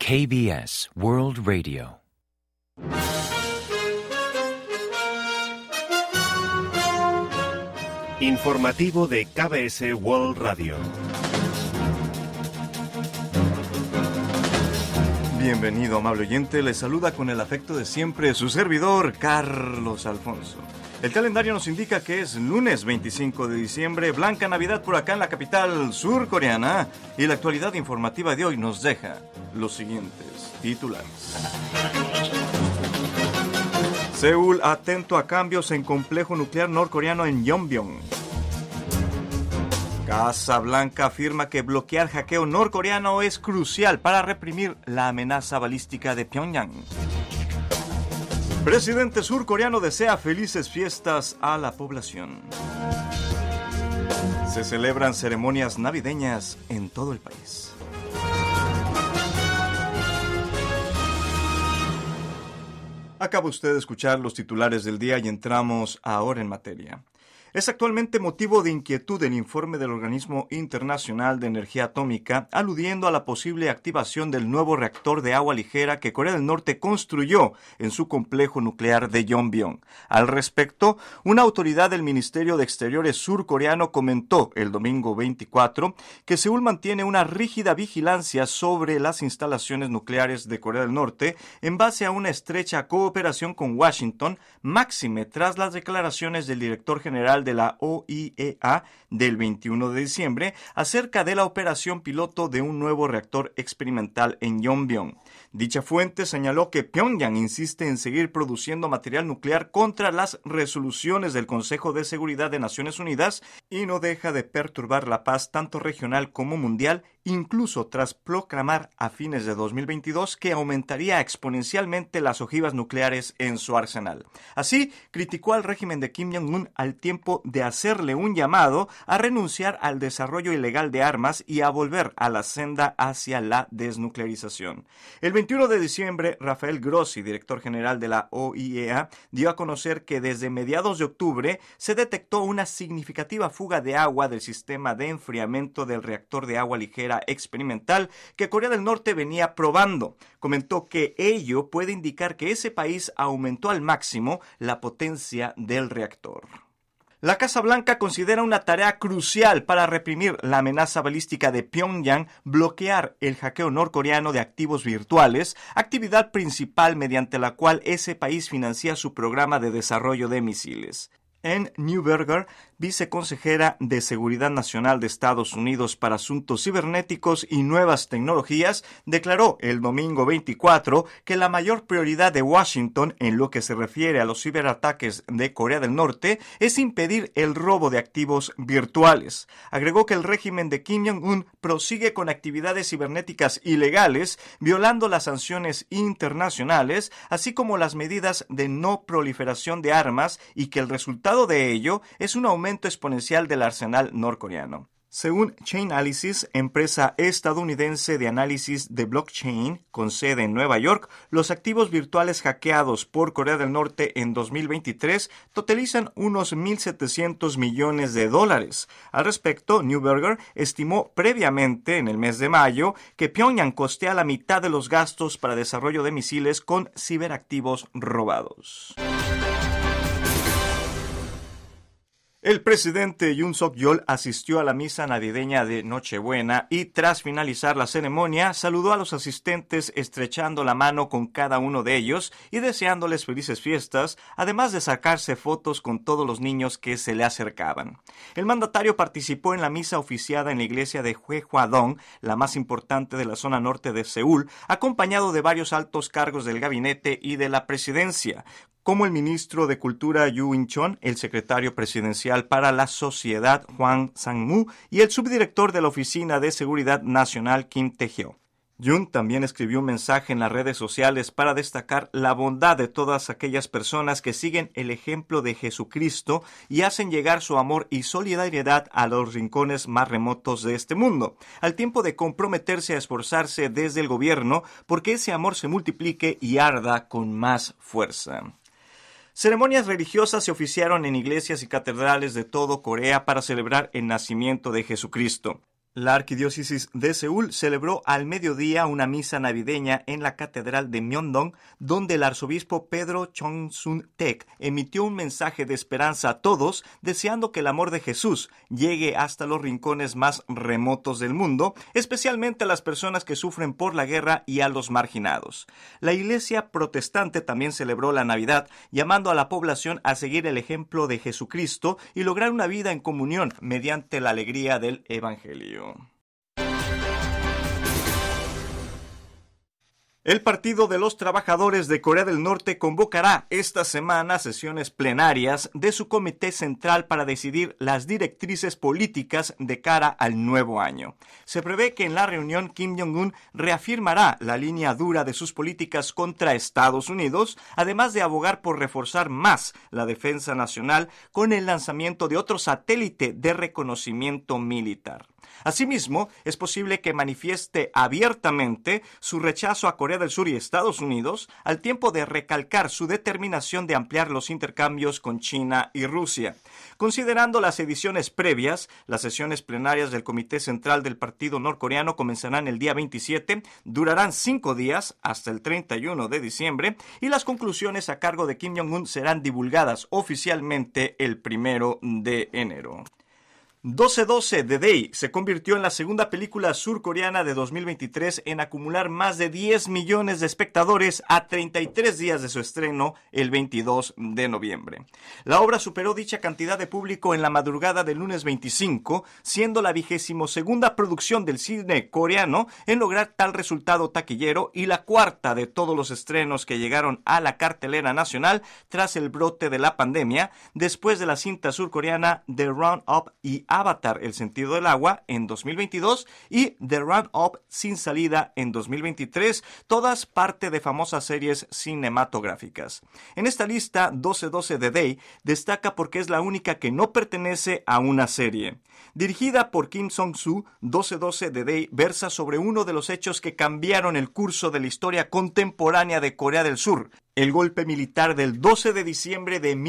KBS World Radio. Informativo de KBS World Radio. Bienvenido, amable oyente. Le saluda con el afecto de siempre su servidor, Carlos Alfonso. El calendario nos indica que es lunes 25 de diciembre, blanca Navidad por acá en la capital surcoreana, y la actualidad informativa de hoy nos deja los siguientes titulares. Seúl atento a cambios en complejo nuclear norcoreano en Yongbyon. Casa Blanca afirma que bloquear hackeo norcoreano es crucial para reprimir la amenaza balística de Pyongyang. Presidente surcoreano desea felices fiestas a la población. Se celebran ceremonias navideñas en todo el país. Acaba usted de escuchar los titulares del día y entramos ahora en materia. Es actualmente motivo de inquietud el informe del Organismo Internacional de Energía Atómica, aludiendo a la posible activación del nuevo reactor de agua ligera que Corea del Norte construyó en su complejo nuclear de Yongbyon. Al respecto, una autoridad del Ministerio de Exteriores surcoreano comentó el domingo 24 que Seúl mantiene una rígida vigilancia sobre las instalaciones nucleares de Corea del Norte en base a una estrecha cooperación con Washington, máxime tras las declaraciones del director general de la OIEA del 21 de diciembre acerca de la operación piloto de un nuevo reactor experimental en Yongbyon. Dicha fuente señaló que Pyongyang insiste en seguir produciendo material nuclear contra las resoluciones del Consejo de Seguridad de Naciones Unidas y no deja de perturbar la paz tanto regional como mundial, incluso tras proclamar a fines de 2022 que aumentaría exponencialmente las ojivas nucleares en su arsenal. Así, criticó al régimen de Kim Jong-un al tiempo de hacerle un llamado a renunciar al desarrollo ilegal de armas y a volver a la senda hacia la desnuclearización. El 21 de diciembre, Rafael Grossi, director general de la OIEA, dio a conocer que desde mediados de octubre se detectó una significativa fuga de agua del sistema de enfriamiento del reactor de agua ligera experimental que Corea del Norte venía probando. Comentó que ello puede indicar que ese país aumentó al máximo la potencia del reactor. La Casa Blanca considera una tarea crucial para reprimir la amenaza balística de Pyongyang bloquear el hackeo norcoreano de activos virtuales, actividad principal mediante la cual ese país financia su programa de desarrollo de misiles. Anne Neuberger, viceconsejera de Seguridad Nacional de Estados Unidos para Asuntos Cibernéticos y Nuevas Tecnologías, declaró el domingo 24 que la mayor prioridad de Washington en lo que se refiere a los ciberataques de Corea del Norte es impedir el robo de activos virtuales. Agregó que el régimen de Kim Jong-un prosigue con actividades cibernéticas ilegales, violando las sanciones internacionales, así como las medidas de no proliferación de armas, y que el resultado de ello es un aumento exponencial del arsenal norcoreano. Según Chainalysis, empresa estadounidense de análisis de blockchain con sede en Nueva York, los activos virtuales hackeados por Corea del Norte en 2023 totalizan unos 1.700 millones de dólares. Al respecto, Neuberger estimó previamente, en el mes de mayo, que Pyongyang costea la mitad de los gastos para desarrollo de misiles con ciberactivos robados. El presidente Yoon Suk-yeol asistió a la misa navideña de Nochebuena y, tras finalizar la ceremonia, saludó a los asistentes estrechando la mano con cada uno de ellos y deseándoles felices fiestas, además de sacarse fotos con todos los niños que se le acercaban. El mandatario participó en la misa oficiada en la iglesia de Hwehwadong, la más importante de la zona norte de Seúl, acompañado de varios altos cargos del gabinete y de la presidencia, como el ministro de Cultura Yoo In-chon, el secretario presidencial para la sociedad Hwang Sang-moo y el subdirector de la Oficina de Seguridad Nacional Kim Tae-hyo. Yoon también escribió un mensaje en las redes sociales para destacar la bondad de todas aquellas personas que siguen el ejemplo de Jesucristo y hacen llegar su amor y solidaridad a los rincones más remotos de este mundo, al tiempo de comprometerse a esforzarse desde el gobierno porque ese amor se multiplique y arda con más fuerza. Ceremonias religiosas se oficiaron en iglesias y catedrales de todo Corea para celebrar el nacimiento de Jesucristo. La arquidiócesis de Seúl celebró al mediodía una misa navideña en la catedral de Myeongdong, donde el arzobispo Pedro Chong-sun-taek emitió un mensaje de esperanza a todos, deseando que el amor de Jesús llegue hasta los rincones más remotos del mundo, especialmente a las personas que sufren por la guerra y a los marginados. La Iglesia protestante también celebró la Navidad, llamando a la población a seguir el ejemplo de Jesucristo y lograr una vida en comunión mediante la alegría del Evangelio. El Partido de los Trabajadores de Corea del Norte convocará esta semana sesiones plenarias de su comité central para decidir las directrices políticas de cara al nuevo año. Se prevé que en la reunión Kim Jong-un reafirmará la línea dura de sus políticas contra Estados Unidos, además de abogar por reforzar más la defensa nacional con el lanzamiento de otro satélite de reconocimiento militar. Asimismo, es posible que manifieste abiertamente su rechazo a Corea del Sur y Estados Unidos, al tiempo de recalcar su determinación de ampliar los intercambios con China y Rusia. Considerando las ediciones previas, las sesiones plenarias del Comité Central del Partido Norcoreano comenzarán el día 27, durarán 5 días hasta el 31 de diciembre y las conclusiones a cargo de Kim Jong-un serán divulgadas oficialmente el 1 de enero. 12-12 The Day se convirtió en la segunda película surcoreana de 2023 en acumular más de 10 millones de espectadores a 33 días de su estreno el 22 de noviembre. La obra superó dicha cantidad de público en la madrugada del lunes 25, siendo la 22ª producción del cine coreano en lograr tal resultado taquillero y la cuarta de todos los estrenos que llegaron a la cartelera nacional tras el brote de la pandemia, después de la cinta surcoreana The Run-Up y Avatar, El sentido del agua, en 2022 y The Run-Up sin salida en 2023, todas parte de famosas series cinematográficas. En esta lista, 12-12 The Day destaca porque es la única que no pertenece a una serie. Dirigida por Kim Song-soo, 12-12 The Day versa sobre uno de los hechos que cambiaron el curso de la historia contemporánea de Corea del Sur, el golpe militar del 12 de diciembre de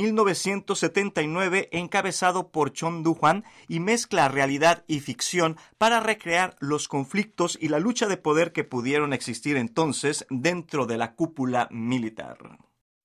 1979 encabezado por Chon Doo-hwan y mezcla realidad y ficción para recrear los conflictos y la lucha de poder que pudieron existir entonces dentro de la cúpula militar.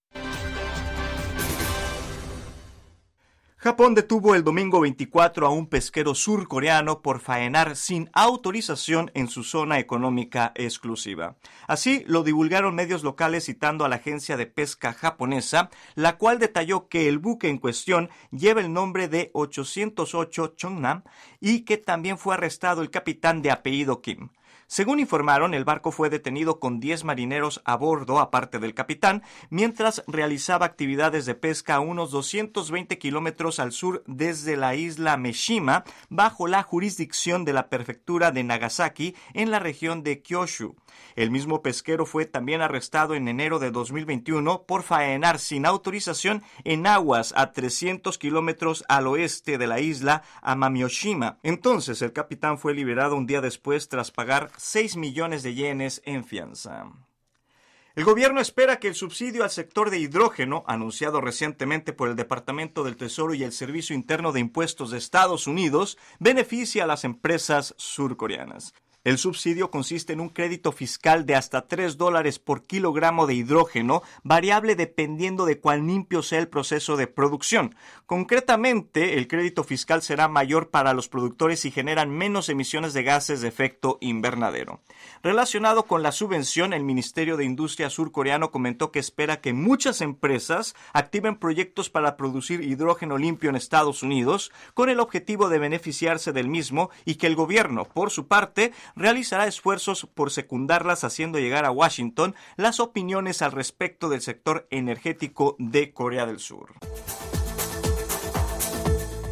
Japón detuvo el domingo 24 a un pesquero surcoreano por faenar sin autorización en su zona económica exclusiva. Así lo divulgaron medios locales citando a la agencia de pesca japonesa, la cual detalló que el buque en cuestión lleva el nombre de 808 Chongnam y que también fue arrestado el capitán de apellido Kim. Según informaron, el barco fue detenido con 10 marineros a bordo, aparte del capitán, mientras realizaba actividades de pesca a unos 220 kilómetros al sur desde la isla Mishima, bajo la jurisdicción de la prefectura de Nagasaki, en la región de Kyushu. El mismo pesquero fue también arrestado en enero de 2021 por faenar sin autorización en aguas a 300 kilómetros al oeste de la isla Amamioshima. Entonces, el capitán fue liberado un día después tras pagar 6 millones de yenes en fianza. El gobierno espera que el subsidio al sector de hidrógeno, anunciado recientemente por el Departamento del Tesoro y el Servicio Interno de Impuestos de Estados Unidos, beneficie a las empresas surcoreanas. El subsidio consiste en un crédito fiscal de hasta $3 por kilogramo de hidrógeno, variable dependiendo de cuán limpio sea el proceso de producción. Concretamente, el crédito fiscal será mayor para los productores si generan menos emisiones de gases de efecto invernadero. Relacionado con la subvención, el Ministerio de Industria surcoreano comentó que espera que muchas empresas activen proyectos para producir hidrógeno limpio en Estados Unidos, con el objetivo de beneficiarse del mismo, y que el gobierno, por su parte, realizará esfuerzos por secundarlas, haciendo llegar a Washington las opiniones al respecto del sector energético de Corea del Sur.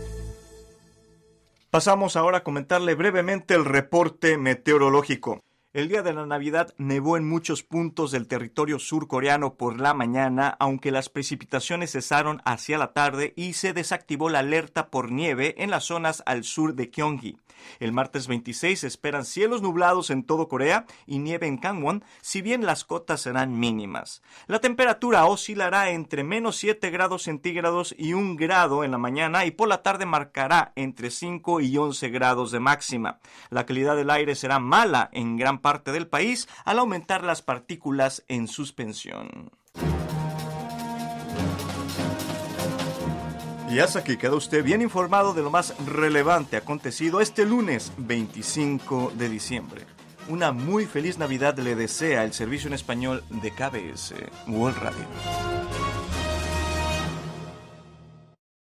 Pasamos ahora a comentarle brevemente el reporte meteorológico. El día de la Navidad nevó en muchos puntos del territorio surcoreano por la mañana, aunque las precipitaciones cesaron hacia la tarde y se desactivó la alerta por nieve en las zonas al sur de Gyeonggi. El martes 26 se esperan cielos nublados en todo Corea y nieve en Gangwon, si bien las cotas serán mínimas. La temperatura oscilará entre menos 7 grados centígrados y 1 grado en la mañana y por la tarde marcará entre 5 y 11 grados de máxima. La calidad del aire será mala en gran parte del país al aumentar las partículas en suspensión. Y hasta aquí queda usted bien informado de lo más relevante acontecido este lunes 25 de diciembre. Una muy feliz Navidad le desea el servicio en español de KBS World Radio.